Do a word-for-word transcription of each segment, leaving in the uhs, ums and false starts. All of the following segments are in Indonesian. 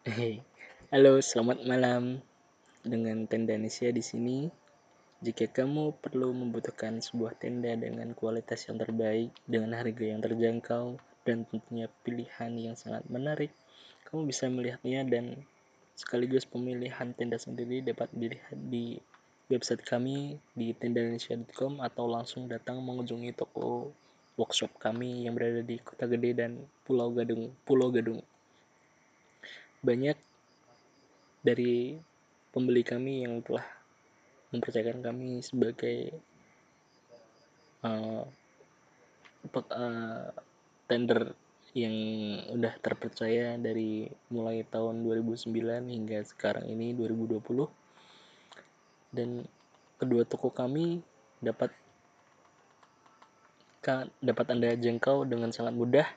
Hei, halo, selamat malam. Dengan Tenda Nesia di sini. Jika kamu perlu membutuhkan sebuah tenda dengan kualitas yang terbaik, dengan harga yang terjangkau, dan tentunya pilihan yang sangat menarik, kamu bisa melihatnya dan sekaligus pemilihan tenda sendiri dapat dilihat di website kami di tendanesia dot com atau langsung datang mengunjungi toko workshop kami yang berada di Kota Gede dan Pulau Gadung. Pulau Gadung. Banyak dari pembeli kami yang telah mempercayakan kami sebagai uh, uh, tender yang udah terpercaya dari mulai tahun dua ribu sembilan hingga sekarang ini dua ribu dua puluh, dan kedua toko kami dapat dapat Anda jangkau dengan sangat mudah,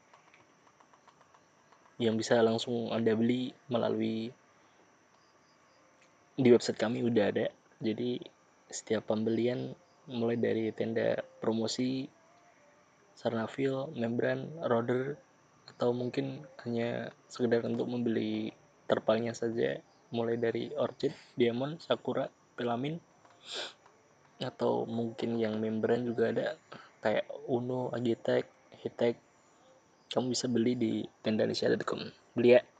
yang bisa langsung Anda beli melalui di website kami udah ada. Jadi setiap pembelian mulai dari tenda promosi, sarnafil, membran, roder, atau mungkin hanya sekedar untuk membeli terpalnya saja, mulai dari orchid, diamond, sakura, pelamin, atau mungkin yang membran juga ada kayak Uno, Agitech, Hitech. Kamu bisa beli di tendanesia dot com. Beli ya.